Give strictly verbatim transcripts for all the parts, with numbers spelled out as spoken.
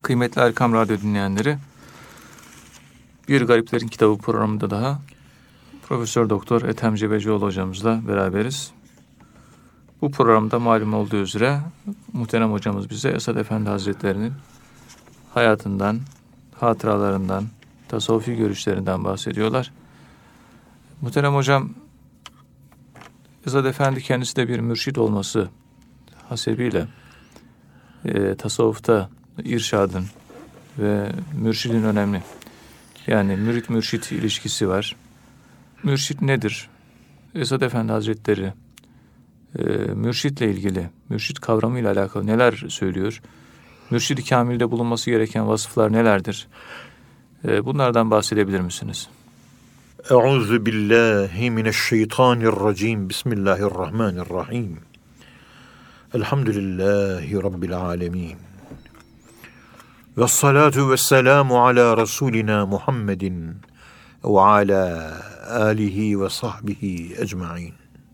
Kıymetli Erkam Radyo dinleyenleri, Bir Gariplerin Kitabı programında daha Profesör Doktor Ethem Cebecioğlu hocamızla beraberiz. Bu programda malum olduğu üzere muhterem hocamız bize Esad Efendi Hazretleri'nin hayatından, hatıralarından, tasavvufi görüşlerinden bahsediyorlar. Muhterem hocam, Esad Efendi kendisi de bir mürşid olması hasebiyle e, tasavvufta irşadın ve mürşidin önemli. Yani mürit mürşit ilişkisi var. Mürşit nedir? Esad Efendi Hazretleri e, mürşitle ilgili, mürşit kavramıyla alakalı neler söylüyor? Mürşid-i kamilde bulunması gereken vasıflar nelerdir? E, bunlardan bahsedebilir misiniz? Euzu billahi mineşşeytanirracim. Bismillahirrahmanirrahim. Elhamdülillahi Rabbil alemin. Ve salatu ve selamu ala Resulina Muhammedin ve ala alihi ve sahbihi ecmain.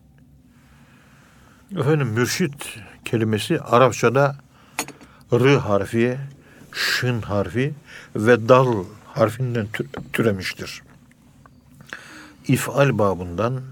Efendim, mürşit kelimesi Arapçada R harfi, şın harfi ve dal harfinden türemiştir. İf'al babından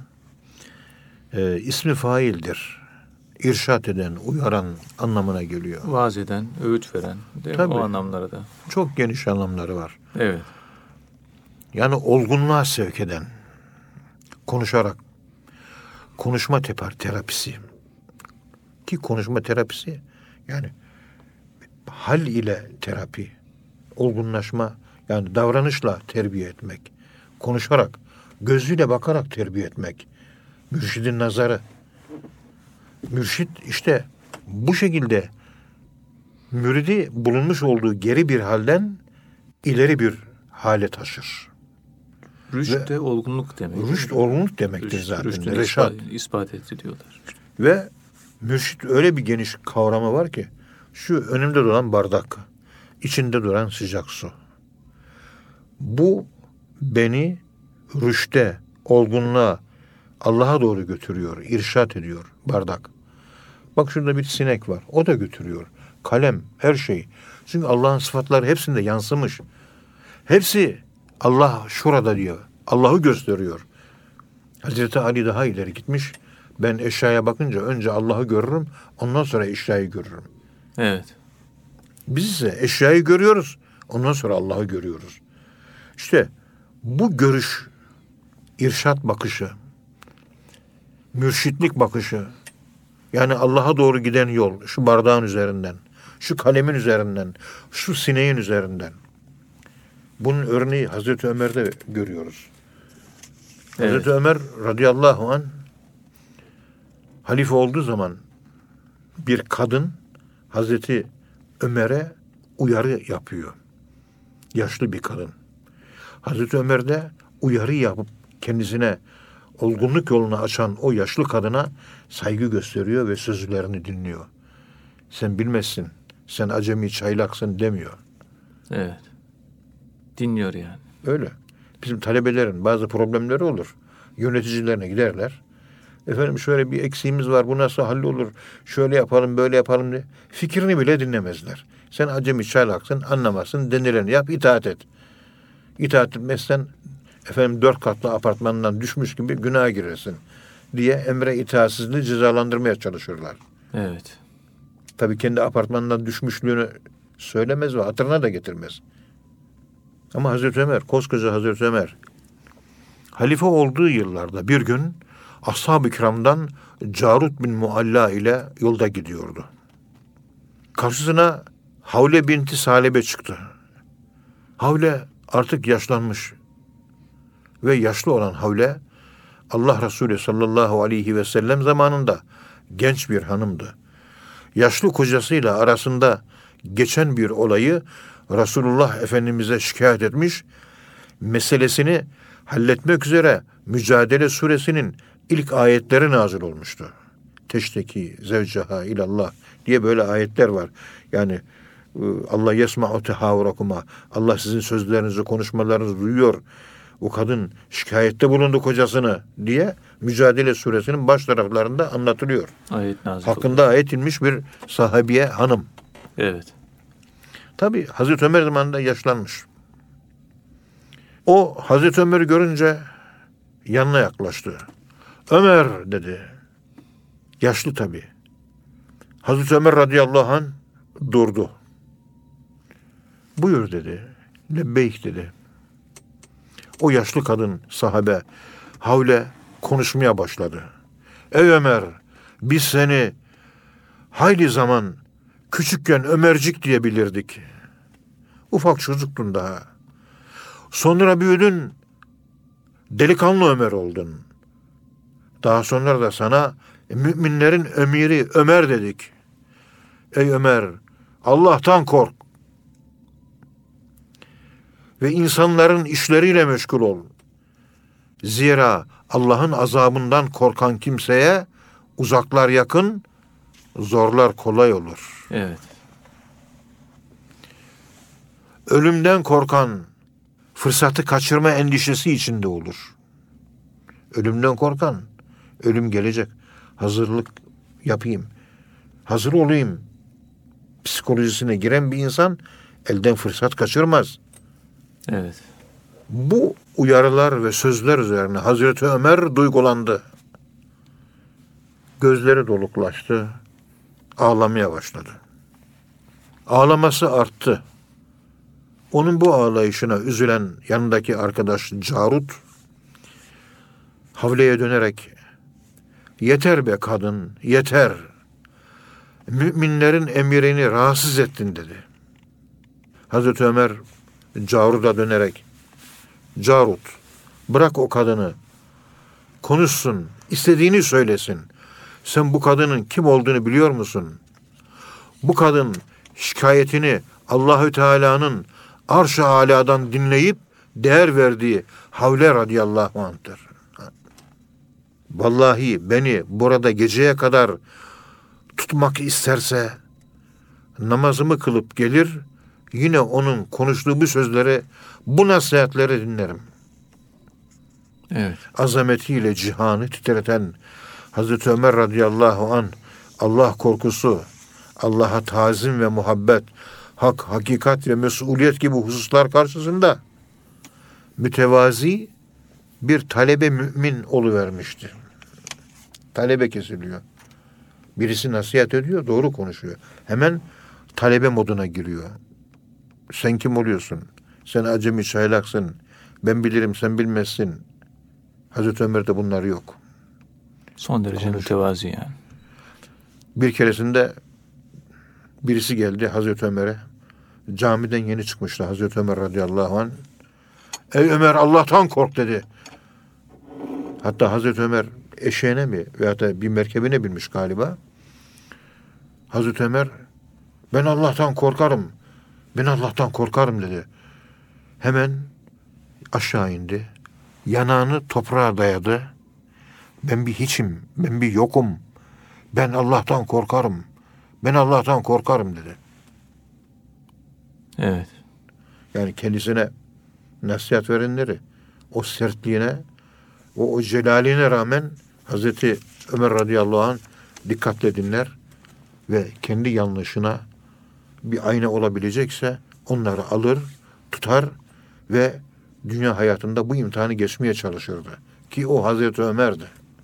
e, ismi faildir. İrşad eden, uyaran anlamına geliyor. Vaaz eden, öğüt veren, değil mi? O anlamları da. Çok geniş anlamları var. Evet. Yani olgunluğa sevk eden, konuşarak, konuşma teper terapisi. Ki konuşma terapisi, yani hal ile terapi, olgunlaşma, yani davranışla terbiye etmek, konuşarak, gözüyle bakarak terbiye etmek, mürşidin nazarı. Mürşid işte bu şekilde müridi bulunmuş olduğu geri bir halden ileri bir hale taşır. Rüşd de olgunluk demek. Rüşd olgunluk demektir rüşd, zaten. Rüşdünü Reşat. ispat, ispat etti diyorlar. Ve mürşid öyle bir geniş kavramı var ki, şu önümde duran bardak, içinde duran sıcak su. Bu beni rüşde, olgunluğa, Allah'a doğru götürüyor, irşat ediyor bardak. Bak şurada bir sinek var, o da götürüyor. Kalem, her şey. Çünkü Allah'ın sıfatları hepsinde yansımış. Hepsi Allah şurada diyor. Allah'ı gösteriyor. Hazreti Ali daha ileri gitmiş. Ben eşyaya bakınca önce Allah'ı görürüm, ondan sonra eşyayı görürüm. Evet. Biz ise eşyayı görüyoruz, ondan sonra Allah'ı görüyoruz. İşte bu görüş, irşat bakışı, mürşitlik bakışı, yani Allah'a doğru giden yol, şu bardağın üzerinden, şu kalemin üzerinden, şu sineğin üzerinden. Bunun örneği Hazreti Ömer'de görüyoruz. Evet. Hazreti Ömer radıyallahu anh halife olduğu zaman bir kadın Hazreti Ömer'e uyarı yapıyor. Yaşlı bir kadın. Hazreti Ömer de uyarı yapıp kendisine olgunluk yolunu açan o yaşlı kadına saygı gösteriyor ve sözlerini dinliyor. Sen bilmezsin, sen acemi çaylaksın demiyor. Evet. Dinliyor yani. Öyle. Bizim talebelerin bazı problemleri olur. Yöneticilerine giderler. Efendim şöyle bir eksiğimiz var, bu nasıl hallolur, şöyle yapalım, böyle yapalım diye. Fikrini bile dinlemezler. Sen acemi çaylaksın, anlamazsın, denileni yap, itaat et. İtaat etmezsen efendim dört katlı apartmandan düşmüş gibi günaha girersin diye emre itaatsizliği cezalandırmaya çalışırlar. Evet. Tabii kendi apartmandan düşmüşlüğünü söylemez ve hatırına da getirmez. Ama Hazreti Ömer, koskoca Hazreti Ömer, halife olduğu yıllarda bir gün Ashab-ı Kiram'dan Carut bin Mualla ile yolda gidiyordu. Karşısına Havle binti Salebe çıktı. Havle artık yaşlanmış ve yaşlı olan Havle, Allah Resulü sallallahu aleyhi ve sellem zamanında genç bir hanımdı. Yaşlı kocasıyla arasında geçen bir olayı Resulullah Efendimiz'e şikayet etmiş, meselesini halletmek üzere Mücadele Suresinin ilk ayetleri nazil olmuştu. Teşteki zevcaha ilallah diye böyle ayetler var. Yani Allah yesma'u tehavrakuma, Allah sizin sözlerinizi, konuşmalarınızı duyuyor. O kadın şikayette bulundu kocasını diye Mücadele Suresinin baş taraflarında anlatılıyor. Ayet nazil hakkında oldu. Ayet inmiş bir sahabiye hanım. Evet. Tabii Hazreti Ömer zamanında yaşlanmış. O Hazreti Ömer'i görünce yanına yaklaştı. Ömer dedi. Yaşlı tabii. Hazreti Ömer radıyallahu anh durdu. Buyur dedi. Lebbeyk dedi. O yaşlı kadın sahabe havle konuşmaya başladı. Ey Ömer, biz seni hayli zaman küçükken Ömercik diye bilirdik. Ufak çocuktun daha. Sonra büyüdün, delikanlı Ömer oldun. Daha sonra da sana müminlerin emiri Ömer dedik. Ey Ömer, Allah'tan kork. Ve insanların işleriyle meşgul ol. Zira Allah'ın azabından korkan kimseye uzaklar yakın, zorlar kolay olur. Evet. Ölümden korkan fırsatı kaçırma endişesi içinde olur. Ölümden korkan, ölüm gelecek. Hazırlık yapayım, hazır olayım psikolojisine giren bir insan elden fırsat kaçırmaz. Evet. Bu uyarılar ve sözler üzerine Hazreti Ömer duygulandı. Gözleri doluklaştı. Ağlamaya başladı. Ağlaması arttı. Onun bu ağlayışına üzülen yanındaki arkadaş Carut Havle'ye dönerek yeter be kadın, yeter. Müminlerin emirini rahatsız ettin dedi. Hazreti Ömer Carut'a dönerek Carut, bırak o kadını. Konuşsun, istediğini söylesin. Sen bu kadının kim olduğunu biliyor musun? Bu kadın şikayetini Allahü Teala'nın arş-ı aladan dinleyip değer verdiği Havle radıyallahu anh'tır. Vallahi beni burada geceye kadar tutmak isterse namazımı kılıp gelir, yine onun konuştuğu bu sözleri, bu nasihatleri dinlerim. Evet. Azametiyle cihanı titreten Hazreti Ömer radıyallahu anh, Allah korkusu, Allah'a tazim ve muhabbet, hak, hakikat ve mesuliyet gibi hususlar karşısında mütevazi bir talebe mümin oluvermişti. Talebe kesiliyor. Birisi nasihat ediyor, doğru konuşuyor. Hemen talebe moduna giriyor. Sen kim oluyorsun? Sen acemi çaylaksın. Ben bilirim, sen bilmezsin. Hazreti Ömer'de bunlar yok. Son derece Konuşuyor. mütevazi yani. Bir keresinde birisi geldi Hazreti Ömer'e. Camiden yeni çıkmıştı Hazreti Ömer radıyallahu anh. Ey Ömer, Allah'tan kork dedi. Hatta Hazreti Ömer eşeğine mi veyahut da bir merkebine binmiş galiba. Hazreti Ömer, ben Allah'tan korkarım. Ben Allah'tan korkarım dedi. Hemen aşağı indi. Yanağını toprağa dayadı. Ben bir hiçim, ben bir yokum. Ben Allah'tan korkarım. Ben Allah'tan korkarım dedi. Evet. Yani kendisine nasihat verenleri o sertliğine, o, o celaline rağmen Hazreti Ömer radıyallahu anh dikkatle dinler ve kendi yanlışına bir ayna olabilecekse onları alır, tutar ve dünya hayatında bu imtihanı geçmeye çalışırdı. Ki o Hazreti Ömer'di.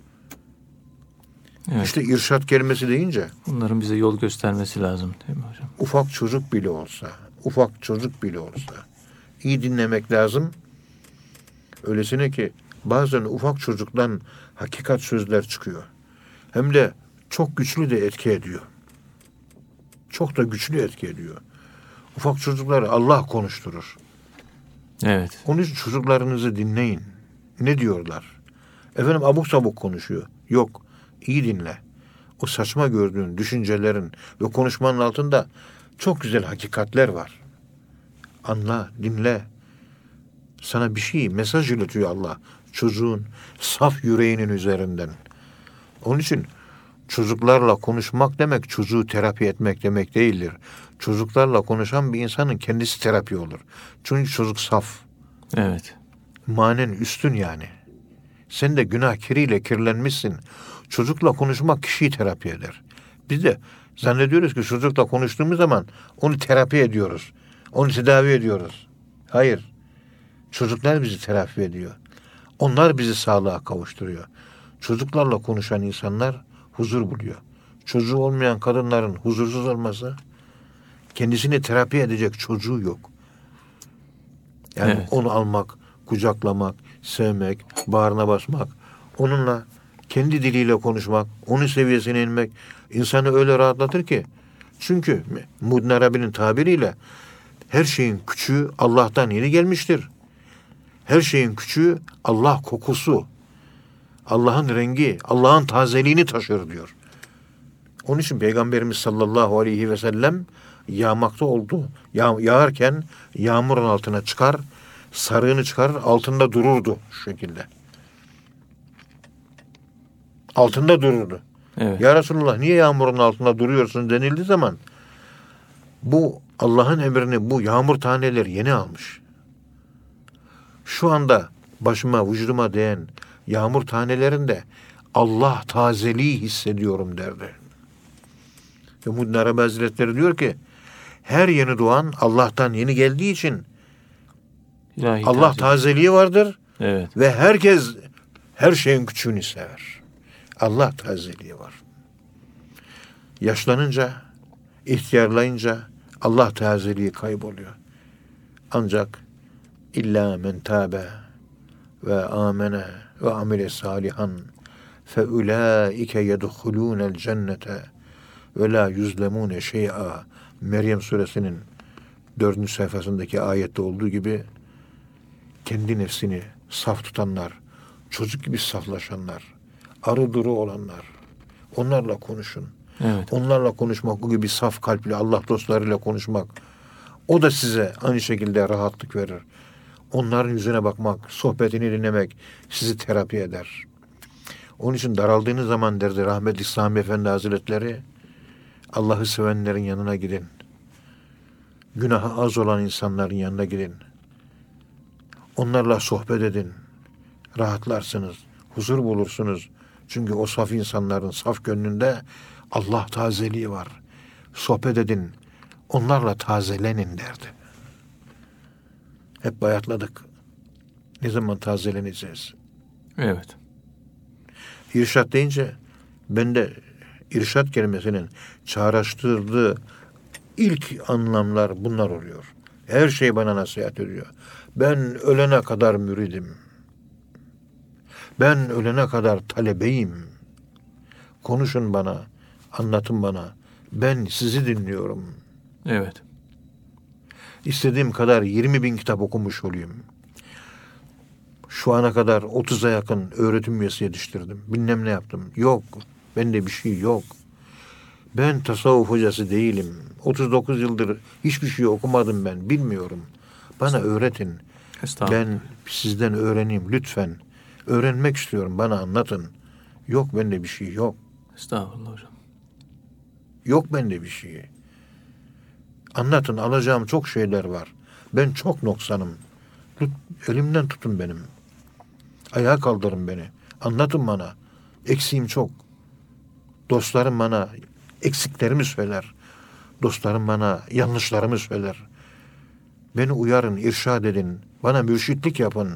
Evet. İşte irşat kelimesi deyince Bunların bize yol göstermesi lazım değil mi hocam? ufak çocuk bile olsa, ufak çocuk bile olsa iyi dinlemek lazım. Öylesine ki bazen ufak çocuktan hakikat sözler çıkıyor. Hem de çok güçlü de etki ediyor. Çok da güçlü etki ediyor. Ufak çocukları Allah konuşturur. Evet. Onun için çocuklarınızı dinleyin. Ne diyorlar? Efendim abuk sabuk konuşuyor. Yok. İyi dinle. O saçma gördüğün düşüncelerin ve konuşmanın altında çok güzel hakikatler var. Anla, dinle. Sana bir şey, mesaj iletiyor Allah. Çocuğun saf yüreğinin üzerinden. Onun için çocuklarla konuşmak demek çocuğu terapi etmek demek değildir. Çocuklarla konuşan bir insanın kendisi terapi olur. Çünkü çocuk saf. Evet. Manen üstün yani. Sen de günah kiriyle kirlenmişsin. Çocukla konuşmak kişiyi terapi eder. Biz de zannediyoruz ki çocukla konuştuğumuz zaman onu terapi ediyoruz. Onu tedavi ediyoruz. Hayır. Çocuklar bizi telafi ediyor. Onlar bizi sağlığa kavuşturuyor. Çocuklarla konuşan insanlar huzur buluyor. Çocuğu olmayan kadınların huzursuz olması, kendisini terapi edecek çocuğu yok. Yani Evet. onu almak, kucaklamak, sevmek, bağrına basmak, onunla kendi diliyle konuşmak, onun seviyesine inmek insanı öyle rahatlatır ki. Çünkü Muhyiddin Arabi'nin tabiriyle her şeyin küçüğü Allah'tan yeni gelmiştir. Her şeyin küçüğü Allah kokusu, Allah'ın rengi, Allah'ın tazeliğini taşır diyor. Onun için Peygamberimiz sallallahu aleyhi ve sellem yağmakta oldu. Yağ, yağarken yağmurun altına çıkar, sarığını çıkar, altında dururdu şu şekilde. Altında dururdu. Evet. Ya Resulullah niye yağmurun altında duruyorsun denildiği zaman bu Allah'ın emrini bu yağmur taneleri yeni almış. Şu anda başıma, vücuduma değen yağmur tanelerinde Allah tazeliği hissediyorum derdi. Ve Muhyiddin Arabi Hazretleri diyor ki her yeni doğan Allah'tan yeni geldiği için İlahi Allah tazeli. tazeliği vardır Evet. ve herkes her şeyin küçüğünü sever. Allah tazeliği var. Yaşlanınca, ihtiyarlayınca Allah tazeliği kayboluyor. Ancak illa men tabe ve amene ve amile salihan fe ulaike yedhulûnel cennete ve la yuzlemûne şey'a. Meryem suresinin dördüncü sayfasındaki ayette olduğu gibi kendi nefsini saf tutanlar, çocuk gibi saflaşanlar, arı duru olanlar, onlarla konuşun. Evet. Onlarla konuşmak, bu gibi saf kalpli Allah dostlarıyla konuşmak, o da size aynı şekilde rahatlık verir. Onların yüzüne bakmak, sohbetini dinlemek sizi terapi eder. Onun için daraldığınız zaman derdi rahmetli Sami Efendi Hazretleri, Allah'ı sevenlerin yanına gidin. Günahı az olan insanların yanına gidin. Onlarla sohbet edin. Rahatlarsınız, huzur bulursunuz. Çünkü o saf insanların saf gönlünde Allah tazeliği var. Sohbet edin, onlarla tazelenin derdi. Hep bayatladık. Ne zaman tazeleneceğiz? Evet. İrşad deyince ben de irşad kelimesinin çağrıştırdığı ilk anlamlar bunlar oluyor. Her şey bana nasihat ediyor. Ben ölene kadar müridim. Ben ölene kadar talebeyim. Konuşun bana, anlatın bana. Ben sizi dinliyorum. Evet. İstediğim kadar yirmi bin kitap okumuş olayım. Şu ana kadar otuza yakın öğretim üyesi yetiştirdim. Bilmem ne yaptım. Yok. Bende bir şey yok. Ben tasavvuf hocası değilim. otuz dokuz yıldır hiçbir şey okumadım ben. Bilmiyorum. Bana öğretin. Ben sizden öğreneyim lütfen. Öğrenmek istiyorum. Bana anlatın. Yok bende bir şey yok. Estağfurullah hocam. Yok bende bir şey. Anlatın. Alacağım çok şeyler var. Ben çok noksanım. Tut, elimden tutun benim. Ayağa kaldırın beni. Anlatın bana. Eksiğim çok. Dostlarım bana eksiklerimi söyler. Dostlarım bana yanlışlarımı söyler. Beni uyarın, irşad edin. Bana mürşitlik yapın.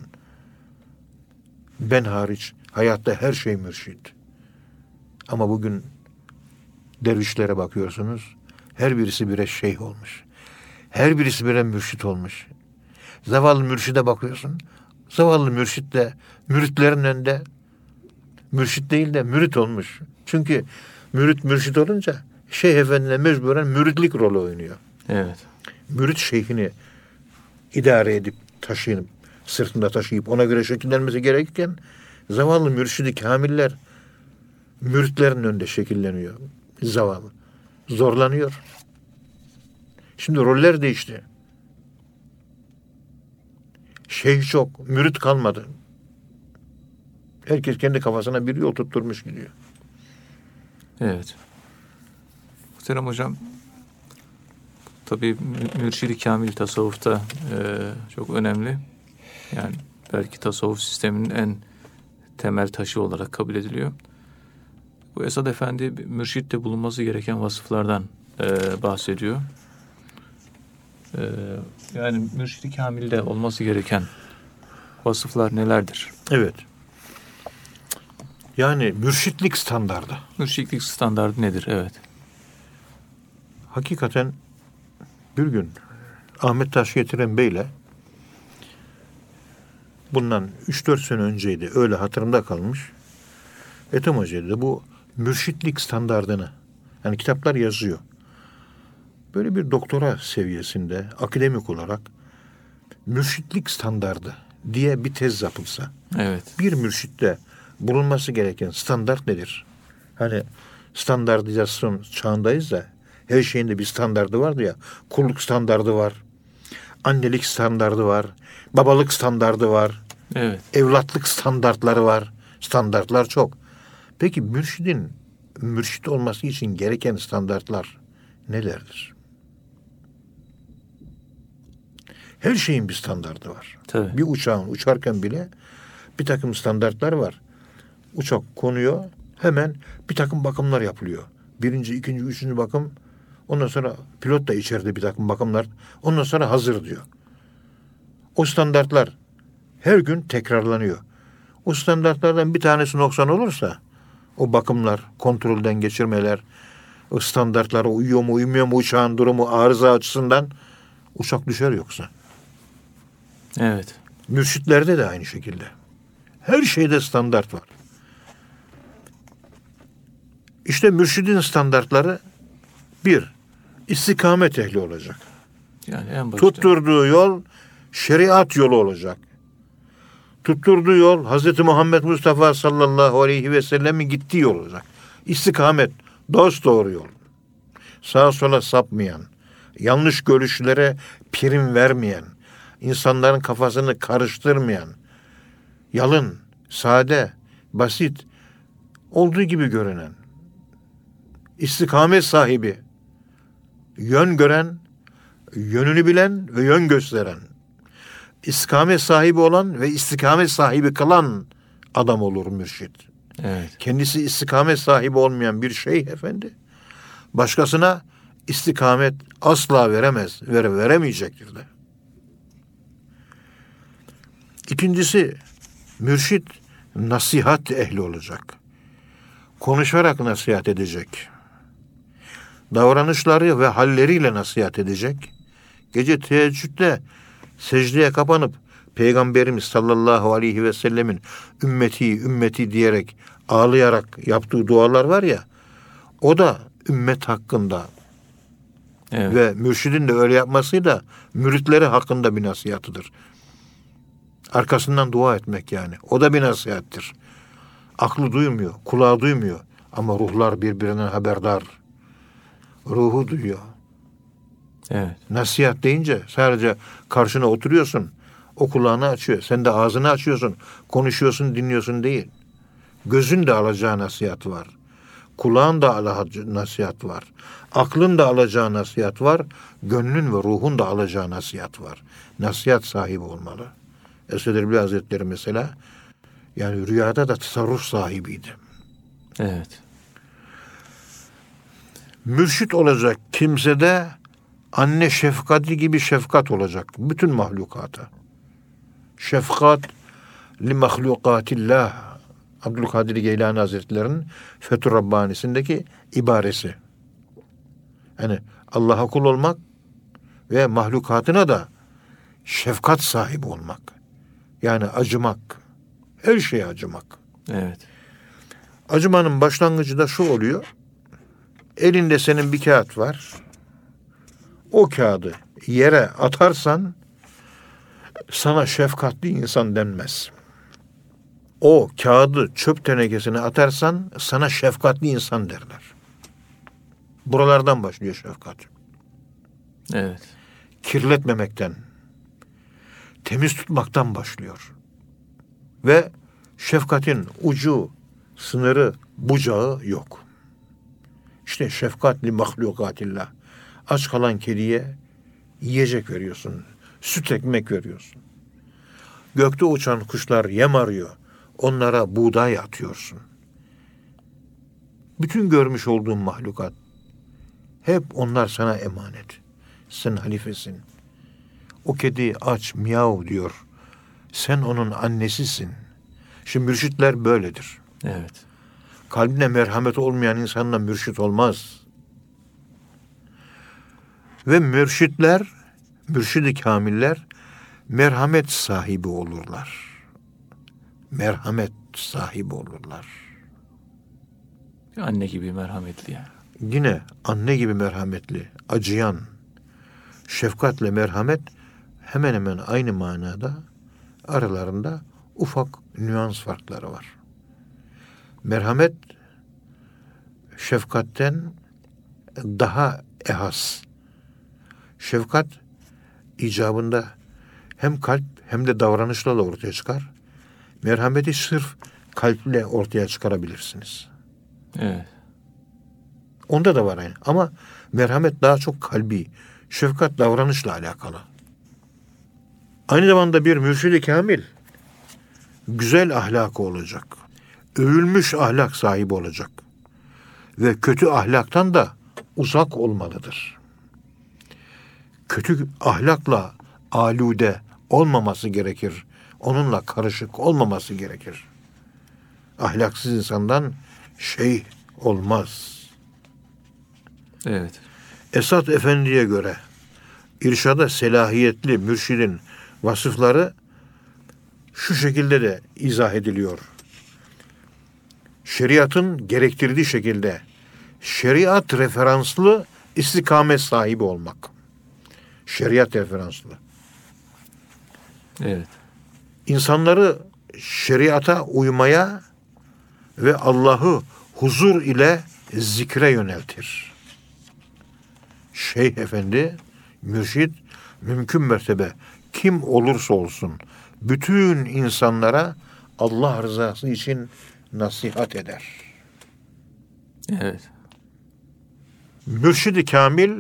Ben hariç hayatta her şey mürşit. Ama bugün dervişlere bakıyorsunuz. Her birisi bire şeyh olmuş. Her birisi bire mürşit olmuş. Zavallı mürşide bakıyorsun. Zavallı mürşit de müritlerin önünde mürşit değil de mürit olmuş. Çünkü mürit mürşit olunca şeyh efendine mecburen müritlik rolü oynuyor. Evet. Mürit şeyhini idare edip taşıyıp sırtında taşıyıp ona göre şekillenmesi gerekirken zavallı mürşidi kamiller müritlerin önünde şekilleniyor. Zavallı. Zorlanıyor. Şimdi roller değişti. Şeyh çok, mürit kalmadı. Herkes kendi kafasına bir yol tutturmuş gidiyor. Evet. Muhterem hocam, tabii mürşid-i kamil tasavvufta e, çok önemli. Yani belki tasavvuf sisteminin en temel taşı olarak kabul ediliyor. Bu Esad Efendi mürşitte bulunması gereken vasıflardan e, bahsediyor. Ee, yani mürşid-i kamilde olması gereken vasıflar nelerdir? Evet. Yani mürşitlik standardı. Mürşitlik standardı nedir? Evet. Hakikaten bir gün Ahmet Taş Getiren Bey'le bundan üç dört sene önceydi. Öyle hatırımda kalmış. Ethem Hoca'ydı da bu mürşitlik standardını, yani kitaplar yazıyor. Böyle bir doktora seviyesinde akademik olarak mürşitlik standardı diye bir tez yapılsa, Evet. bir mürşitte bulunması gereken standart nedir? Hani standartizasyon çağındayız da her şeyin de bir standardı vardı ya. Kulluk standardı var. Annelik standardı var. Babalık standardı var. Evet. Evlatlık standartları var. Standartlar çok. Peki mürşidin mürşit olması için gereken standartlar nelerdir? Her şeyin bir standardı var. Tabii. Bir uçağın uçarken bile bir takım standartlar var. Uçak konuyor, hemen bir takım bakımlar yapılıyor. Birinci, ikinci, üçüncü bakım. Ondan sonra pilot da içeride bir takım bakımlar. Ondan sonra hazır diyor. O standartlar her gün tekrarlanıyor. O standartlardan bir tanesi noksan olursa o bakımlar, kontrolden geçirmeler, o standartlara uyuyor mu uymuyor mu uçağın durumu arıza açısından uçak düşer yoksa. Evet. Mürşitlerde de aynı şekilde. Her şeyde standart var. İşte mürşidin standartları bir, istikamet ehli olacak. Yani en başta. Tutturduğu yol şeriat yolu olacak. Tutturduğu yol Hazreti Muhammed Mustafa sallallahu aleyhi ve sellemin gittiği yol olacak. İstikamet, dosdoğru yol. Sağa sola sapmayan, yanlış görüşlere prim vermeyen, insanların kafasını karıştırmayan, yalın, sade, basit, olduğu gibi görünen, istikamet sahibi, yön gören, yönünü bilen ve yön gösteren, istikamet sahibi olan ve istikamet sahibi kılan adam olur mürşid. Evet. Kendisi istikamet sahibi olmayan bir şeyh efendi, başkasına istikamet asla veremez, vere, veremeyecektir de. İkincisi, mürşid nasihat ehli olacak. Konuşarak nasihat edecek. Davranışları ve halleriyle nasihat edecek. Gece teheccüde secdeye kapanıp Peygamberimiz sallallahu aleyhi ve sellemin ümmeti ümmeti diyerek ağlayarak yaptığı dualar var ya, o da ümmet hakkında. Evet. Ve mürşidin de öyle yapması da müritleri hakkında bir nasihatıdır. Arkasından dua etmek yani. O da bir nasihattir. Aklı duymuyor, kulağı duymuyor. Ama ruhlar birbirinden haberdar. Ruhu duyuyor. Evet. Nasihat deyince sadece karşına oturuyorsun. O kulağını açıyor. Sen de ağzını açıyorsun. Konuşuyorsun, dinliyorsun değil. Gözün de alacağı nasihat var. Kulağın da alacağı nasihat var. Aklın da alacağı nasihat var. Gönlün ve ruhun da alacağı nasihat var. Nasihat sahibi olmalı. Esed Erbil Hazretleri mesela yani rüyada da tasarruf sahibiydi. Evet. Mürşit olacak kimsede anne şefkati gibi şefkat olacak bütün mahlukata. Şefkat li mahlukatillah. Abdülkadir Geylani Hazretleri'nin Fethur Rabbani'sindeki ibaresi. Yani Allah'a kul olmak ve mahlukatına da şefkat sahibi olmak. Yani acımak. Her şeye acımak. Evet. Acımanın başlangıcı da şu oluyor. Elinde senin bir kağıt var. O kağıdı yere atarsan sana şefkatli insan denmez. O kağıdı çöp tenekesine atarsan sana şefkatli insan derler. Buralardan başlıyor şefkat. Evet. Kirletmemekten, temiz tutmaktan başlıyor. Ve şefkatin ucu, sınırı, bucağı yok. İşte şefkatli mahlukatillah. Aç kalan kediye yiyecek veriyorsun. Süt ekmek veriyorsun. Gökte uçan kuşlar yem arıyor. Onlara buğday atıyorsun. Bütün görmüş olduğun mahlukat hep onlar sana emanet. Sen halifesin. O kedi aç, miyav diyor. Sen onun annesisin. Şimdi mürşitler böyledir. Evet. Kalbine merhamet olmayan insanla mürşit olmaz. Ve mürşitler, mürşid-i kamiller merhamet sahibi olurlar. Merhamet sahibi olurlar. Anne gibi merhametli yani. Yine anne gibi merhametli, acıyan, şefkatle merhamet hemen hemen aynı manada, aralarında ufak nüans farkları var. Merhamet şefkatten daha ehas. Şefkat icabında hem kalp hem de davranışla da ortaya çıkar. Merhameti sırf kalple ortaya çıkarabilirsiniz. Evet. Onda da var aynı. Ama merhamet daha çok kalbi, şefkat davranışla alakalı. Aynı zamanda bir mürşid-i kamil güzel ahlakı olacak. Övülmüş ahlak sahibi olacak. Ve kötü ahlaktan da uzak olmalıdır. Kötü ahlakla alude olmaması gerekir. Onunla karışık olmaması gerekir. Ahlaksız insandan şey olmaz. Evet. Esad Efendi'ye göre irşada selahiyetli mürşidin vasıfları şu şekilde de izah ediliyor. Şeriatın gerektirdiği şekilde şeriat referanslı istikamet sahibi olmak. Şeriat referanslı. Evet. İnsanları şeriata uymaya ve Allah'ı huzur ile zikre yöneltir. Şeyh Efendi, mürşid, mümkün mertebe kim olursa olsun bütün insanlara Allah rızası için nasihat eder. Evet. Mürşid-i kamil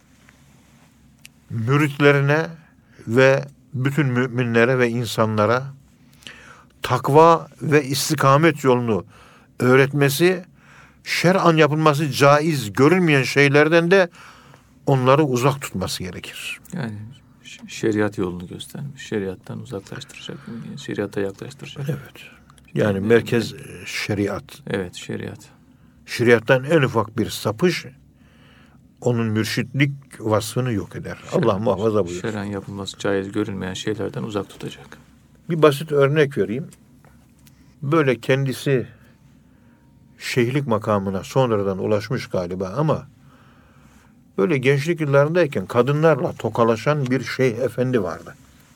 müritlerine ve bütün müminlere ve insanlara takva ve istikamet yolunu öğretmesi, şer'an yapılması caiz görülmeyen şeylerden de onları uzak tutması gerekir. Yani ş- şeriat yolunu göstermiş. Şeriattan uzaklaştıracak. Şeriata yaklaştıracak. Evet. Yani merkez şeriat. Evet, şeriat. Şeriattan en ufak bir sapış onun mürşitlik vasfını yok eder. Şer- Allah muhafaza buyursun. Şer'an yapılması caiz görülmeyen şeylerden uzak tutacak. Bir basit örnek vereyim. Böyle kendisi şeyhlik makamına sonradan ulaşmış galiba ama böyle gençlik yıllarındayken kadınlarla tokalaşan bir şeyh efendi vardı.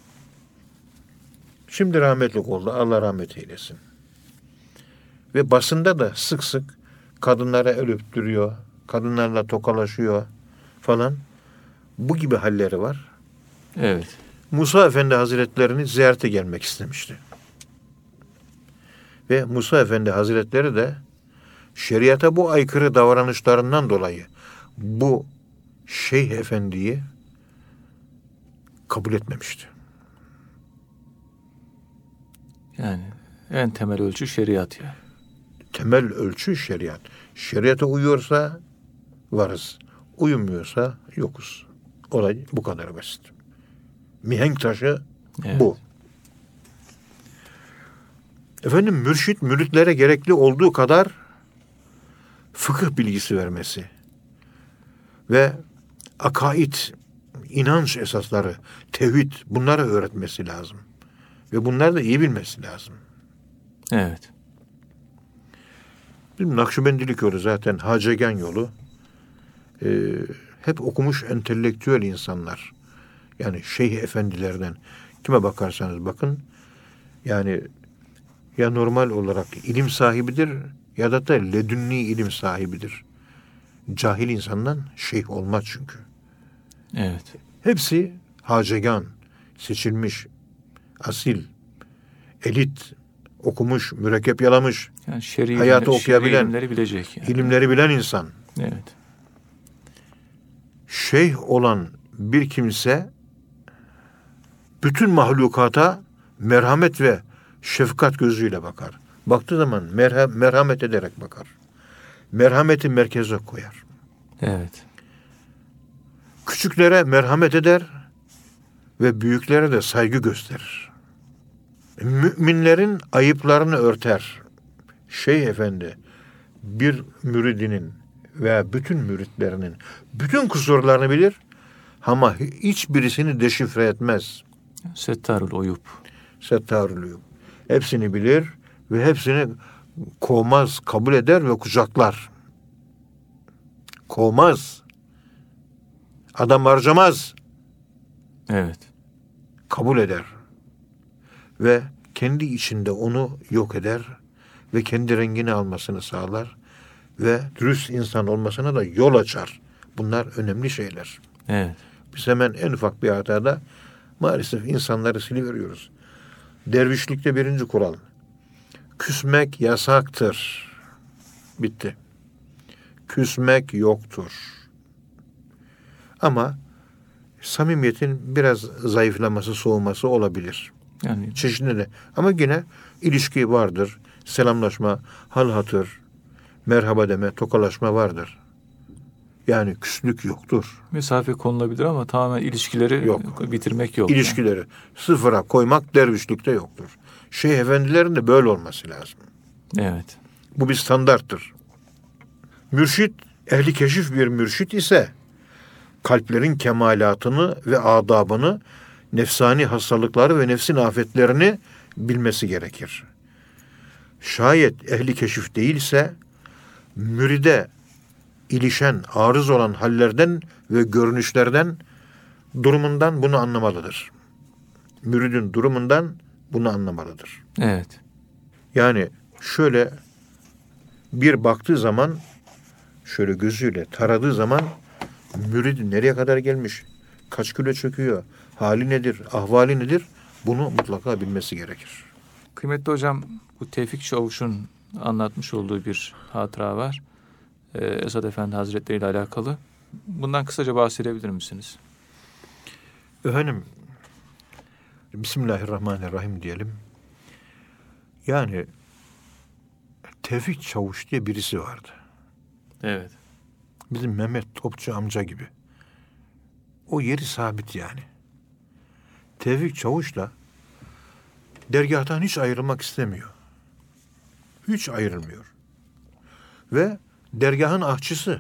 Şimdi rahmetlik oldu. Allah rahmet eylesin. Ve basında da sık sık kadınlara el öptürüyor. Kadınlarla tokalaşıyor falan. Bu gibi halleri var. Evet. Musa Efendi Hazretlerini ziyarete gelmek istemişti. Ve Musa Efendi Hazretleri de şeriata bu aykırı davranışlarından dolayı bu Şeyh Efendi'yi kabul etmemişti. Yani en temel ölçü şeriat yani. Temel ölçü şeriat. Şeriata uyuyorsa varız. Uyumuyorsa yokuz. Olay bu kadar basit. Mihenk taşı Evet. bu. Efendim mürşit müritlere gerekli olduğu kadar fıkıh bilgisi vermesi ve akaid, inanç esasları, tevhid bunları öğretmesi lazım. Ve bunları da iyi bilmesi lazım. Evet. Bizim Nakşibendilik yolu zaten Hacegan yolu. Ee, hep okumuş entelektüel insanlar. Yani şeyh efendilerden kime bakarsanız bakın yani ya normal olarak ilim sahibidir ya da da ledünni ilim sahibidir. Cahil insandan şeyh olmaz çünkü. Evet. Hepsi hacegan, seçilmiş, asil, elit, okumuş, mürekkep yalamış, Yani şer'i hayatı ilimleri, şer'i okuyabilen, ilimleri bilecek yani. ilimleri bilen insan. Evet. Şeyh olan bir kimse bütün mahlukata merhamet ve şefkat gözüyle bakar. Baktığı zaman merha- merhamet ederek bakar. Merhameti merkeze koyar. Evet. Küçüklere merhamet eder ve büyüklere de saygı gösterir. Müminlerin ayıplarını örter. Şeyh Efendi bir müridinin veya bütün müritlerinin bütün kusurlarını bilir ama hiçbirisini deşifre etmez. Settarul uyup. Settarul uyup. Hepsini bilir ve hepsini kovmaz, kabul eder ve kucaklar. Kovmaz. Adam harcamaz. Evet. Kabul eder. Ve kendi içinde onu yok eder ve kendi rengini almasını sağlar ve dürüst insan olmasına da yol açar. Bunlar önemli şeyler. Evet. Biz hemen en ufak bir hatada maalesef insanları siliveriyoruz. Dervişlikte birinci kural. Küsmek yasaktır. Bitti. Küsmek yoktur. Ama samimiyetin biraz zayıflaması, soğuması olabilir. Yani Çeşitli de. Ama yine ilişki vardır. Selamlaşma, hal hatır, merhaba deme, tokalaşma vardır. Yani küslük yoktur. mesafe konulabilir ama tamamen ilişkileri Yok. bitirmek yok. İlişkileri yani sıfıra koymak dervişlikte yoktur. Şeyh efendilerin de böyle olması lazım. Evet. Bu bir standarttır. Mürşit, ehli keşif bir mürşit ise kalplerin kemalatını ve adabını, nefsani hastalıkları ve nefsin afetlerini bilmesi gerekir. Şayet ehli keşif değilse müride ilişen, arız olan hallerden ve görünüşlerden, durumundan bunu anlamalıdır. Müridin durumundan bunu anlamalıdır. Evet. Yani şöyle bir baktığı zaman, şöyle gözüyle taradığı zaman mürid nereye kadar gelmiş, kaç kilo çöküyor, hali nedir, ahvali nedir, bunu mutlaka bilmesi gerekir. Kıymetli hocam, bu Tevfik Çavuş'un anlatmış olduğu bir hatıra var. Ee, Esad Efendi Hazretleri ile alakalı. Bundan kısaca bahsedebilir misiniz? Efendim, Bismillahirrahmanirrahim diyelim. Yani Tevfik Çavuş diye birisi vardı. Evet. Bizim Mehmet Topçu amca gibi. O yeri sabit yani. Tevfik Çavuş'la dergâhtan hiç ayrılmak istemiyor. Hiç ayrılmıyor. Ve dergahın ahçısı.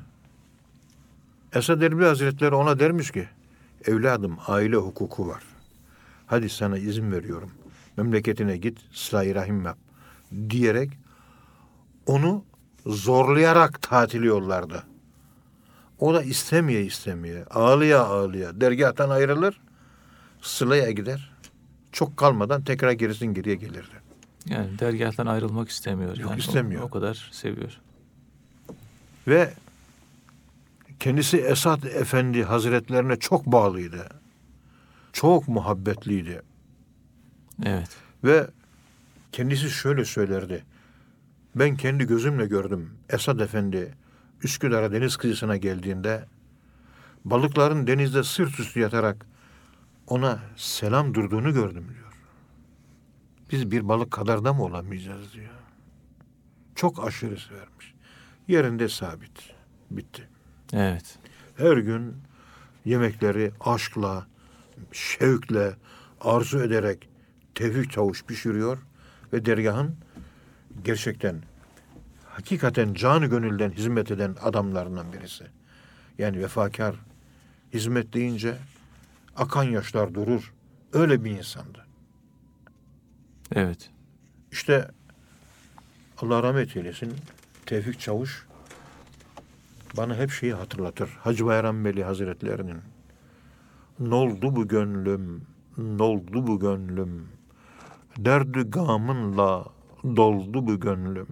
Esad Erbil Hazretleri ona dermiş ki, evladım aile hukuku var. Hadi sana izin veriyorum. Memleketine git, sıla-i rahim yap. Diyerek onu zorlayarak tatil yollardı. O da istemeye istemeye, ağlıya ağlıya dergâhtan ayrılır, sılaya gider. Çok kalmadan tekrar gerisin geriye gelirdi. Yani dergâhtan ayrılmak istemiyor. Yok, yani istemiyor. O, o kadar seviyor. Ve kendisi Esad Efendi Hazretlerine çok bağlıydı. Çok muhabbetliydi. Evet. Ve kendisi şöyle söylerdi. Ben kendi gözümle gördüm. Esad Efendi Üsküdar'a deniz kıyısına geldiğinde balıkların denizde sırt üstü yatarak ona selam durduğunu gördüm diyor. Biz bir balık kadar da mı olamayacağız diyor. Çok aşırı severmiş. Yerinde sabit. Bitti. Evet. Her gün yemekleri aşkla, şevkle, arzu ederek Tevfik Çavuş pişiriyor ve dergahın gerçekten hakikaten canı gönülden hizmet eden adamlarından birisi. Yani vefakar, hizmet deyince akan yaşlar durur. Öyle bir insandı. Evet. İşte Allah rahmet eylesin, Tevfik Çavuş bana hep şeyi hatırlatır. Hacı Bayram Veli Hazretlerinin "Noldu bu gönlüm, noldu bu gönlüm, derdü gamınla doldu bu gönlüm.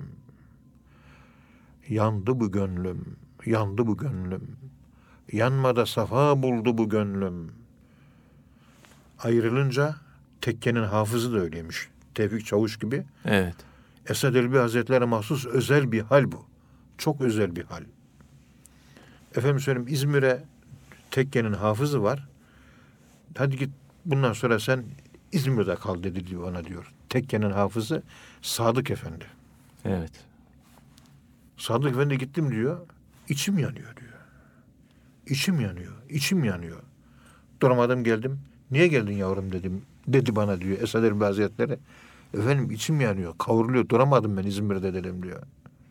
Yandı bu gönlüm, yandı bu gönlüm, yanmada safa buldu bu gönlüm." Ayrılınca tekkenin hafızı da öyleymiş. Tevfik Çavuş gibi. Evet. Esad Erbil Hazretleri'ne mahsus özel bir hal bu. Çok özel bir hal. Efendim söyleyeyim, İzmir'e tekkenin hafızı var. Hadi git bundan sonra sen İzmir'de kal dedi diyor ona diyor. Tekkenin hafızı Sadık Efendi. Evet. Sadık Efendi gittim diyor. İçim yanıyor diyor. İçim yanıyor. İçim yanıyor. Duramadım geldim. Niye geldin yavrum dedim. Dedi bana diyor Esad Erbil Hazretleri. Efendim içim yanıyor, kavruluyor. Duramadım ben İzmir'de dedim diyor.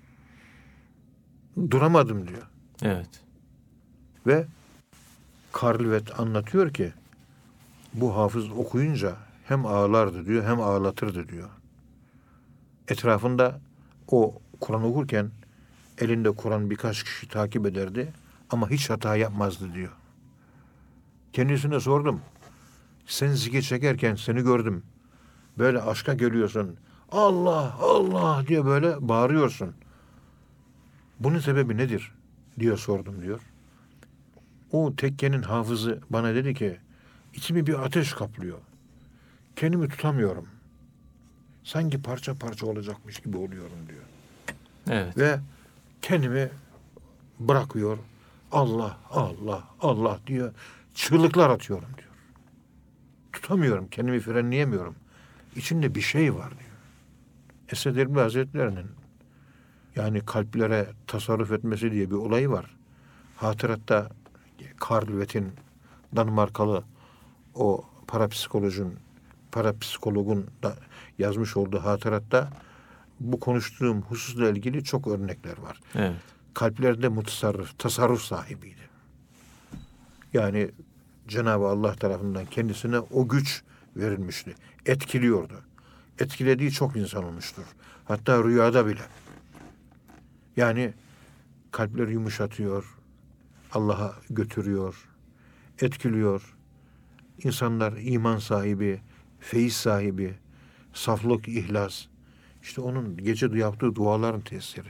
Duramadım diyor. Evet. Ve Karlvet anlatıyor ki bu hafız okuyunca hem ağlardı diyor hem ağlatırdı diyor. Etrafında o Kur'an okurken elinde Kur'an birkaç kişi takip ederdi ama hiç hata yapmazdı diyor. Kendisine sordum. Sen zikir çekerken seni gördüm. Böyle aşka geliyorsun. Allah Allah diye böyle bağırıyorsun. Bunun sebebi nedir diye sordum diyor. O tekkenin hafızı bana dedi ki içimi bir ateş kaplıyor. Kendimi tutamıyorum. Sanki parça parça olacakmış gibi oluyorum diyor. Evet. Ve kendimi bırakıyor. Allah, Allah, Allah diyor. Çığlıklar atıyorum diyor. Tutamıyorum, kendimi frenleyemiyorum. İçimde bir şey var diyor. Esad Erbil Hazretleri'nin yani kalplere tasarruf etmesi diye bir olayı var. Hatıratta Karlvet'in Danimarkalı o parapsikolojun parapsikologun da yazmış olduğu hatıratta bu konuştuğum hususla ilgili çok örnekler var. Evet. Kalplerde mutasarrıf, tasarruf sahibiydi. Yani Cenab-ı Allah tarafından kendisine o güç verilmişti. Etkiliyordu. Etkilediği çok insan olmuştur. Hatta rüyada bile. Yani kalpleri yumuşatıyor, Allah'a götürüyor, etkiliyor. İnsanlar iman sahibi, feyiz sahibi, saflık, ihlas. İşte onun gece yaptığı duaların tesiri.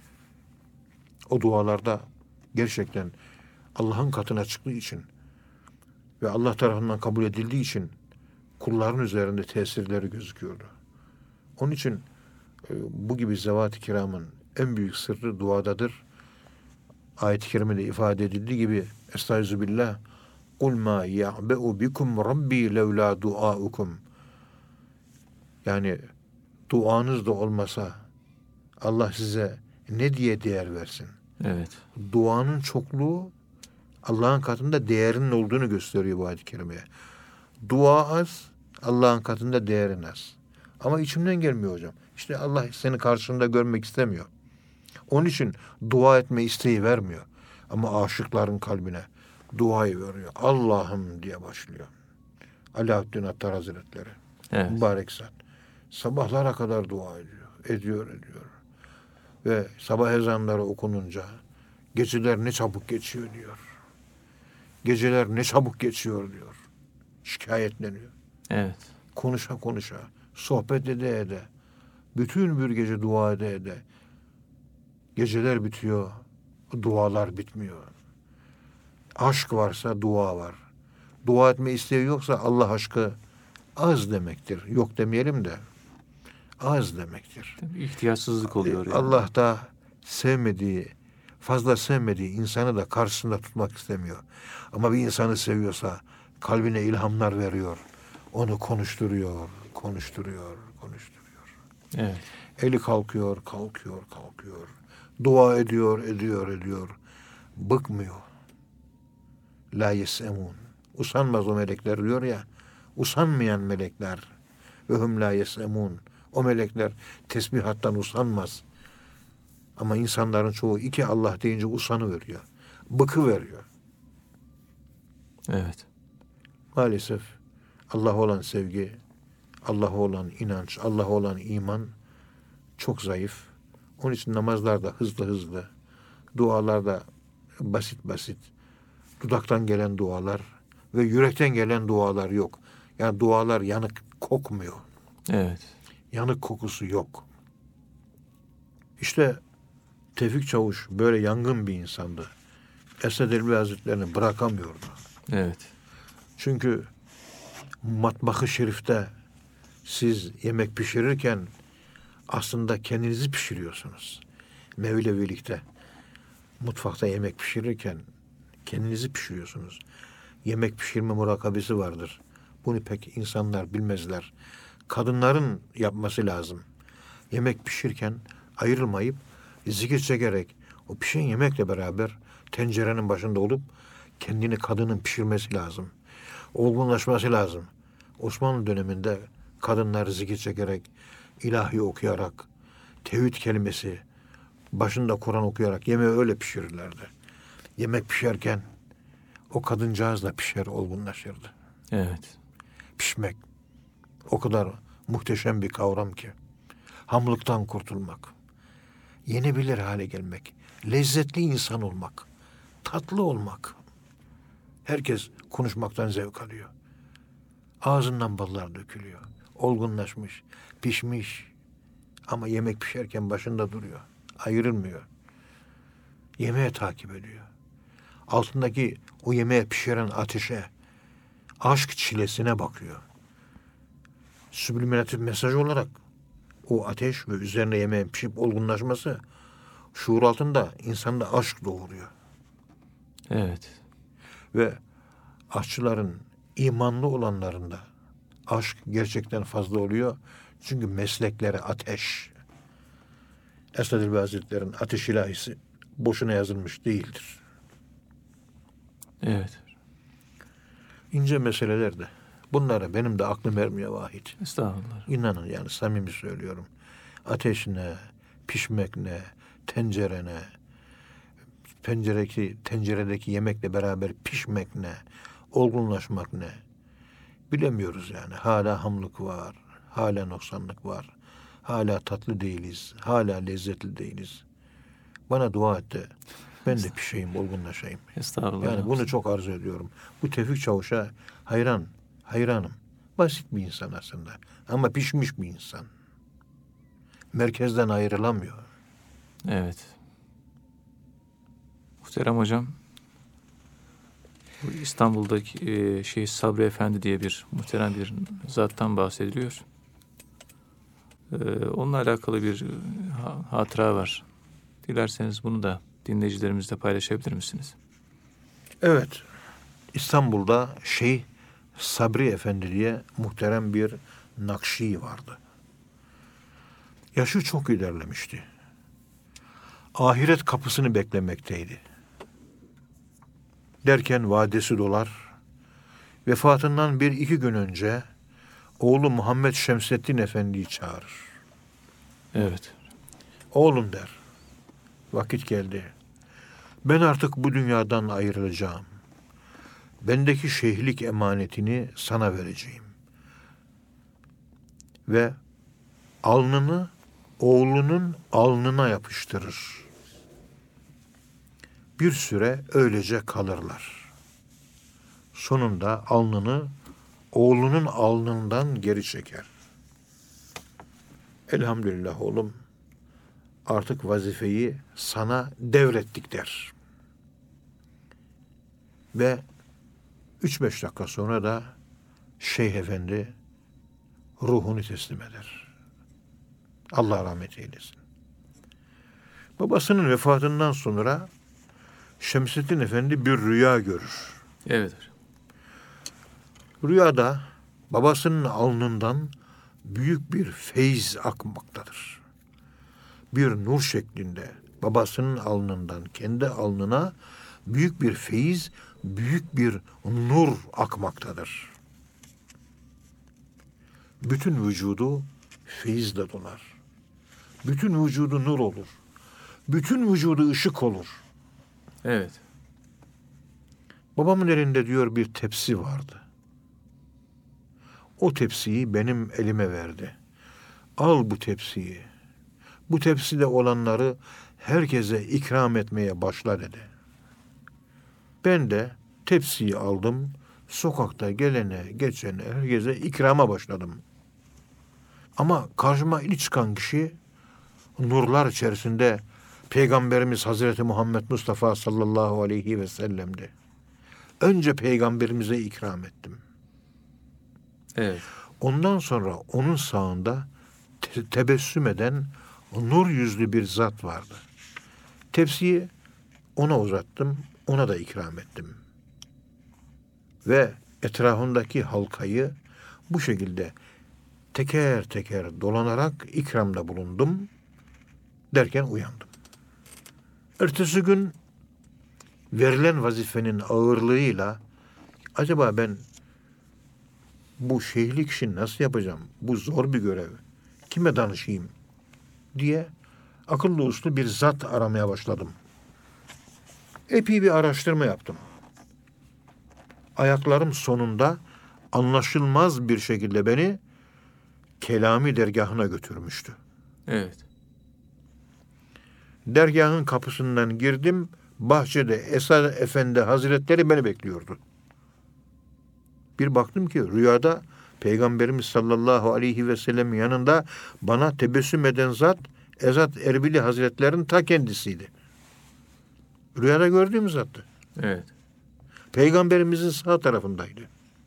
O dualarda gerçekten Allah'ın katına çıktığı için ve Allah tarafından kabul edildiği için kulların üzerinde tesirleri gözüküyordu. Onun için e, bu gibi zevat-ı kiramın en büyük sırrı duadadır. Ayet-i kerimede ifade edildiği gibi Estağfirullah Kul ma ya'be'u bikum rabbi levla duaukum. Yani duanız da olmasa Allah size ne diye değer versin? Evet. Duanın çokluğu Allah'ın katında değerinin olduğunu gösteriyor bu ayet-i kerimeye. Dua az, Allah'ın katında değerin az. Ama içimden gelmiyor hocam. İşte Allah seni karşında görmek istemiyor. Onun için dua etme isteği vermiyor. Ama aşıkların kalbine duayı veriyor. Allah'ım diye başlıyor. Alaaddin Attar Hazretleri. Evet. Mübarek zat. Sabahlara kadar dua ediyor. Ediyor, ediyor. Ve sabah ezanları okununca geceler ne çabuk geçiyor diyor. Geceler ne çabuk geçiyor diyor. Şikayetleniyor. Evet. Konuşa konuşa, sohbet ede ede, bütün bir gece dua ede ede. Geceler bitiyor, dualar bitmiyor. Aşk varsa dua var. Dua etme isteği yoksa Allah aşkı az demektir. Yok demeyelim de az demektir. Tabii ihtiyaçsızlık oluyor. Yani. Allah da sevmediği, fazla sevmediği insanı da karşısında tutmak istemiyor. Ama bir insanı seviyorsa kalbine ilhamlar veriyor. Onu konuşturuyor, konuşturuyor, konuşturuyor. Evet. Eli kalkıyor, kalkıyor, kalkıyor. Dua ediyor, ediyor, ediyor. Bıkmıyor. La yesemun. Usanmaz o melekler diyor ya. Usanmayan melekler. Ve hum la yesemun. O melekler tesbihattan usanmaz. Ama insanların çoğu iki Allah deyince usanı veriyor. Bıkı veriyor. Evet. Maalesef Allah'a olan sevgi, Allah'a olan inanç, Allah'a olan iman çok zayıf. Onun için namazlarda hızlı hızlı, dualarda basit basit, dudaktan gelen dualar ve yürekten gelen dualar yok. Yani dualar yanık kokmuyor. Evet. Yanık kokusu yok. İşte Tevfik Çavuş böyle yangın bir insandı. Esad Erbil Hazretleri'ni bırakamıyordu. Evet. Çünkü matbah-ı şerifte siz yemek pişirirken aslında kendinizi pişiriyorsunuz. Mevlevilikte mutfakta yemek pişirirken kendinizi pişiriyorsunuz. Yemek pişirme murakabesi vardır. Bunu pek insanlar bilmezler. Kadınların yapması lazım. Yemek pişirken ayrılmayıp zikir çekerek o pişen yemekle beraber tencerenin başında olup kendini kadının pişirmesi lazım. Olgunlaşması lazım. Osmanlı döneminde kadınlar zikir çekerek, ilahi okuyarak, tevhid kelimesi, başında Kur'an okuyarak yemeği öyle pişirirlerdi. Yemek pişerken o kadıncağız da pişer, olgunlaşırdı. Evet. Pişmek o kadar muhteşem bir kavram ki. Hamlıktan kurtulmak, yenebilir hale gelmek, lezzetli insan olmak, tatlı olmak. Herkes konuşmaktan zevk alıyor. Ağzından ballar dökülüyor. Olgunlaşmış, pişmiş ama yemek pişerken başında duruyor. Ayrılmıyor. Yemeğe takip ediyor. Altındaki o yemeğe pişiren ateşe, aşk çilesine bakıyor. Subliminatif mesaj olarak o ateş ve üzerine yemeğin pişip olgunlaşması şuur altında insanda aşk doğuruyor. Evet. Ve aşçıların, imanlı olanlarında aşk gerçekten fazla oluyor. Çünkü meslekleri ateş. Esad Elbi Hazretleri'nin ateş ilahisi boşuna yazılmış değildir. Evet. İnce meseleler de. Bunlara benim de aklım ermiyor Vahit. Estağfurullah. İnanın yani samimi söylüyorum. Ateş ne, pişmek ne, tencere ne, penceredeki, tenceredeki yemekle beraber pişmek ne, olgunlaşmak ne. Bilemiyoruz yani. Hala hamlık var, hala noksanlık var. Hala tatlı değiliz, hala lezzetli değiliz. Bana dua et de ben de pişeyim, olgunlaşayım. Estağfurullah. Yani bunu çok arzu ediyorum. Bu Tevfik Çavuş'a hayran, hayranım. Basit bir insan aslında ama pişmiş bir insan. Merkezden ayrılamıyor. Evet. Muhterem hocam, bu İstanbul'daki e, şey Sabri Efendi diye bir muhterem bir zattan bahsediliyor. E, onunla alakalı bir ha- hatıra var. Dilerseniz bunu da dinleyicilerimizle paylaşabilir misiniz? Evet, İstanbul'da Şeyh Sabri Efendi diye muhterem bir Nakşi vardı. Yaşı çok ilerlemişti. Ahiret kapısını beklemekteydi. Derken vadesi dolar. Vefatından bir iki gün önce oğlu Muhammed Şemseddin Efendi'yi çağırır. Evet. Oğlum der, vakit geldi. Ben artık bu dünyadan ayrılacağım. Bendeki şeyhlik emanetini sana vereceğim. Ve alnını oğlunun alnına yapıştırır. Bir süre öylece kalırlar. Sonunda alnını oğlunun alnından geri çeker. Elhamdülillah oğlum, artık vazifeyi sana devrettik der. Ve üç beş dakika sonra da Şeyh Efendi ruhunu teslim eder. Allah rahmet eylesin. Babasının vefatından sonra Şemseddin Efendi bir rüya görür. Evet. Rüyada babasının alnından büyük bir feyz akmaktadır. Bir nur şeklinde babasının alnından kendi alnına büyük bir feyiz, büyük bir nur akmaktadır. Bütün vücudu feyizle dolar. Bütün vücudu nur olur. Bütün vücudu ışık olur. Evet. Babamın elinde diyor bir tepsi vardı. O tepsiyi benim elime verdi. Al bu tepsiyi. Bu tepside olanları herkese ikram etmeye başla dedi. Ben de tepsiyi aldım. Sokakta gelene, geçene, herkese ikrama başladım. Ama karşıma ilk çıkan kişi nurlar içerisinde Peygamberimiz Hazreti Muhammed Mustafa sallallahu aleyhi ve sellem'di. Önce Peygamberimize ikram ettim. Evet. Ondan sonra onun sağında te- tebessüm eden nur yüzlü bir zat vardı. Tepsiyi ona uzattım, ona da ikram ettim. Ve etrafındaki halkayı bu şekilde teker teker dolanarak ikramda bulundum derken uyandım. Ertesi gün verilen vazifenin ağırlığıyla acaba ben bu şeyhlik işini nasıl yapacağım? Bu zor bir görev. Kime danışayım? Diye akıllı uslu bir zat aramaya başladım. Epey bir araştırma yaptım. Ayaklarım sonunda anlaşılmaz bir şekilde beni Kelami dergahına götürmüştü. Evet. Dergahın kapısından girdim. Bahçede Esad Efendi Hazretleri beni bekliyordu. Bir baktım ki rüyada Peygamberimiz sallallahu aleyhi ve sellem yanında bana tebessüm eden zat Esad Erbili Hazretleri'nin ta kendisiydi. Rüyada gördüğüm zattı. Evet. Peygamberimizin sağ tarafındaydı.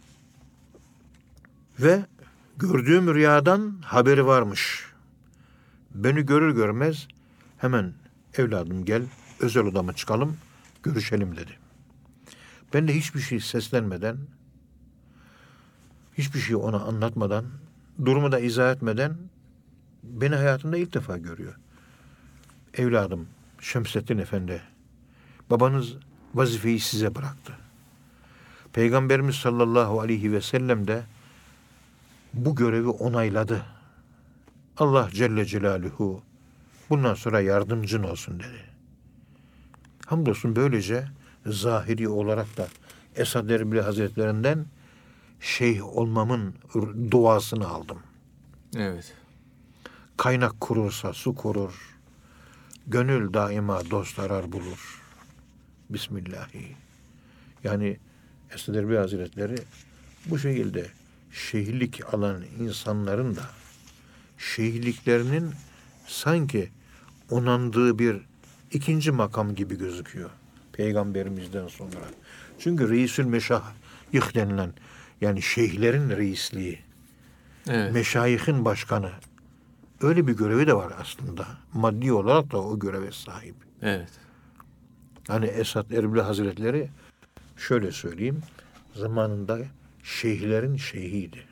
Ve gördüğüm rüyadan haberi varmış. Beni görür görmez hemen evladım gel özel odama çıkalım görüşelim dedi. Ben de hiçbir şey seslenmeden, hiçbir şey ona anlatmadan, durumu da izah etmeden beni hayatımda ilk defa görüyor. Evladım Şemsettin Efendi, babanız vazifeyi size bıraktı. Peygamberimiz sallallahu aleyhi ve sellem de bu görevi onayladı. Allah Celle Celaluhu bundan sonra yardımcın olsun dedi. Hamdolsun böylece zahiri olarak da Esad Erbil Hazretlerinden şeyh olmamın duasını aldım. Evet. Kaynak kurursa su korur. Gönül daima dost arar bulur. Bismillahi. Yani Esad Erbil Hazretleri bu şekilde şeyhlik alan insanların da şeyhliklerinin sanki onandığı bir ikinci makam gibi gözüküyor. Peygamberimizden sonra. Çünkü Reisül Meşayih denilen yani şeyhlerin reisliği, Evet. meşayihin başkanı öyle bir görevi de var aslında. Maddi olarak da o göreve sahip. Evet. Hani Esad Erbil Hazretleri şöyle söyleyeyim zamanında şeyhlerin şeyhiydi.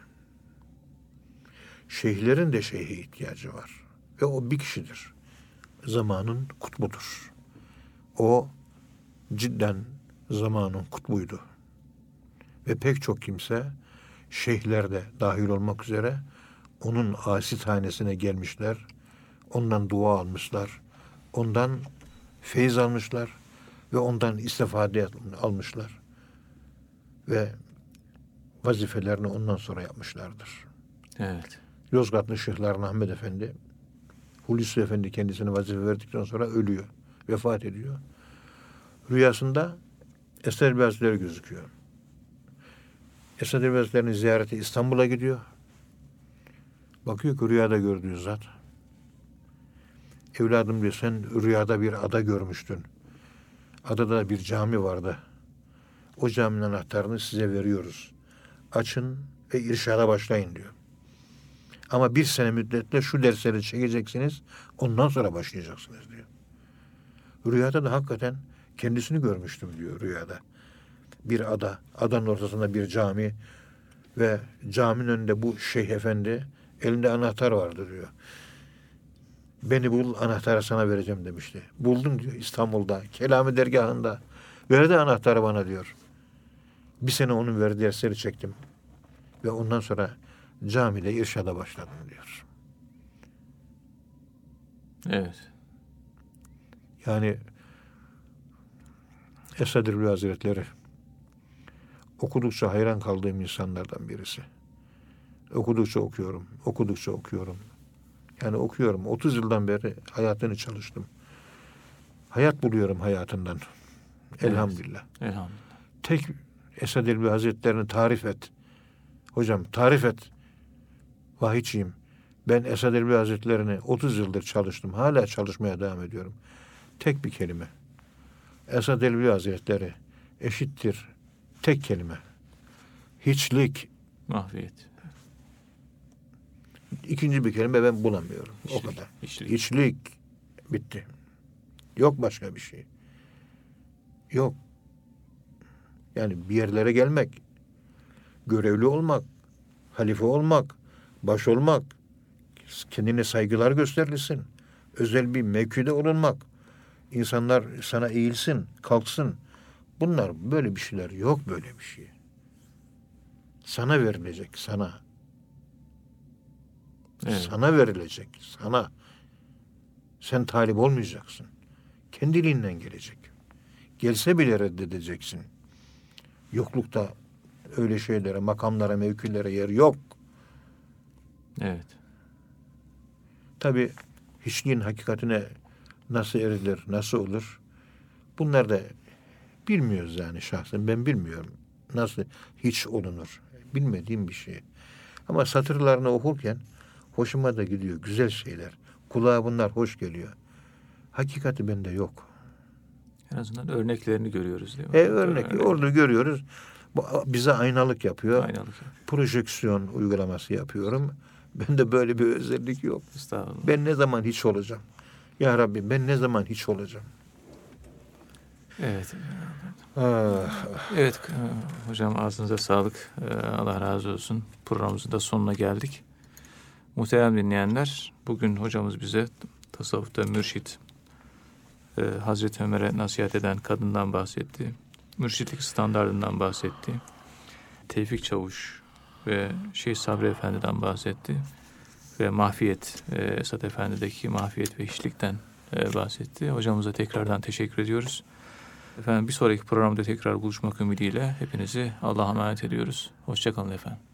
Şeyhlerin de şeyhe ihtiyacı var. Ve o bir kişidir. Zamanın kutbudur. O cidden zamanın kutbuydu. Ve pek çok kimse şeyhler de dahil olmak üzere onun asitanesine gelmişler. Ondan dua almışlar. Ondan feyiz almışlar. Ve ondan istifade almışlar. Ve vazifelerini ondan sonra yapmışlardır. Evet. Yozgatlı Şeyhler Ahmet Efendi, Hulusi Efendi kendisine vazife verdikten sonra ölüyor. Vefat ediyor. Rüyasında Esad Erbil Hazretleri gözüküyor. Esad Erbil Hazretleri'nin ziyareti İstanbul'a gidiyor. Bakıyor ki rüyada gördüğü zat. Evladım diyor sen rüyada bir ada görmüştün. Adada bir cami vardı. O caminin anahtarını size veriyoruz. Açın ve irşada başlayın diyor. Ama bir sene müddetle şu dersleri çekeceksiniz. Ondan sonra başlayacaksınız diyor. Rüyada da hakikaten kendisini görmüştüm diyor rüyada. Bir ada, adanın ortasında bir cami ve caminin önünde bu şeyh efendi elinde anahtar vardı diyor. Beni bul anahtarı sana vereceğim demişti. Buldum diyor İstanbul'da, Kelami dergahında. Verdi anahtarı bana diyor. Bir sene onun verdiği dersleri çektim. Ve ondan sonra camide irşada başladım diyor. Evet. Yani Esad Erbil Hazretleri okudukça hayran kaldığım insanlardan birisi. Okudukça okuyorum, okudukça okuyorum. Yani okuyorum. otuz yıldan beri hayatını çalıştım. Hayat buluyorum hayatından. Elhamdülillah. Evet. Elhamdülillah. Tek Esad Erbil Hazretleri'ni tarif et. Hocam tarif et. Vahiyçiyim. Ben Esad Erbil Hazretleri'ni otuz yıldır çalıştım. Hala çalışmaya devam ediyorum. Tek bir kelime. Esad Erbil Hazretleri eşittir. Tek kelime. Hiçlik. Mahviyet. İkinci bir kelime ben bulamıyorum. Hiçlik, O kadar. hiçlik. Hiçlik. Bitti. Yok başka bir şey. Yok. Yani bir yerlere gelmek, görevli olmak, halife olmak, baş olmak, kendine saygılar gösterilsin, özel bir mevkide olunmak, insanlar sana eğilsin, kalksın. Bunlar böyle bir şeyler yok böyle bir şey. Sana verilecek, sana. Evet. Sana verilecek, sana. Sen talip olmayacaksın. Kendiliğinden gelecek. Gelse bile reddedeceksin. Yoklukta öyle şeylere, makamlara, mevkilere yer yok. Evet. Tabii hiçliğin hakikatine nasıl erilir, nasıl olur? Bunlar da bilmiyoruz yani şahsen. Ben bilmiyorum. Nasıl hiç olunur? Bilmediğim bir şey. Ama satırlarını okurken hoşuma da gidiyor. Güzel şeyler. Kulağa bunlar hoş geliyor. Hakikati bende yok. En azından örneklerini görüyoruz değil mi? E örnek. Orada görüyoruz. Bu bize aynalık yapıyor. Aynalık. Projeksiyon uygulaması yapıyorum. Bende böyle bir özellik yok. Estağfurullah. Ben ne zaman hiç olacağım? Ya Rabbi ben ne zaman hiç olacağım? Evet. Ah, Evet e, hocam ağzınıza sağlık. E, Allah razı olsun. Programımızın da sonuna geldik. Muhterem dinleyenler, bugün hocamız bize tasavvufta mürşit, e, Hazreti Ömer'e nasihat eden kadından bahsetti. Mürşitlik standardından bahsetti. Tevfik Çavuş ve Şeyh Sabri Efendi'den bahsetti. Ve mahfiyet, e, Esat Efendi'deki mahfiyet ve hiçlikten e, bahsetti. Hocamıza tekrardan teşekkür ediyoruz. Efendim bir sonraki programda tekrar buluşmak ümidiyle hepinizi Allah'a emanet ediyoruz. Hoşça kalın efendim.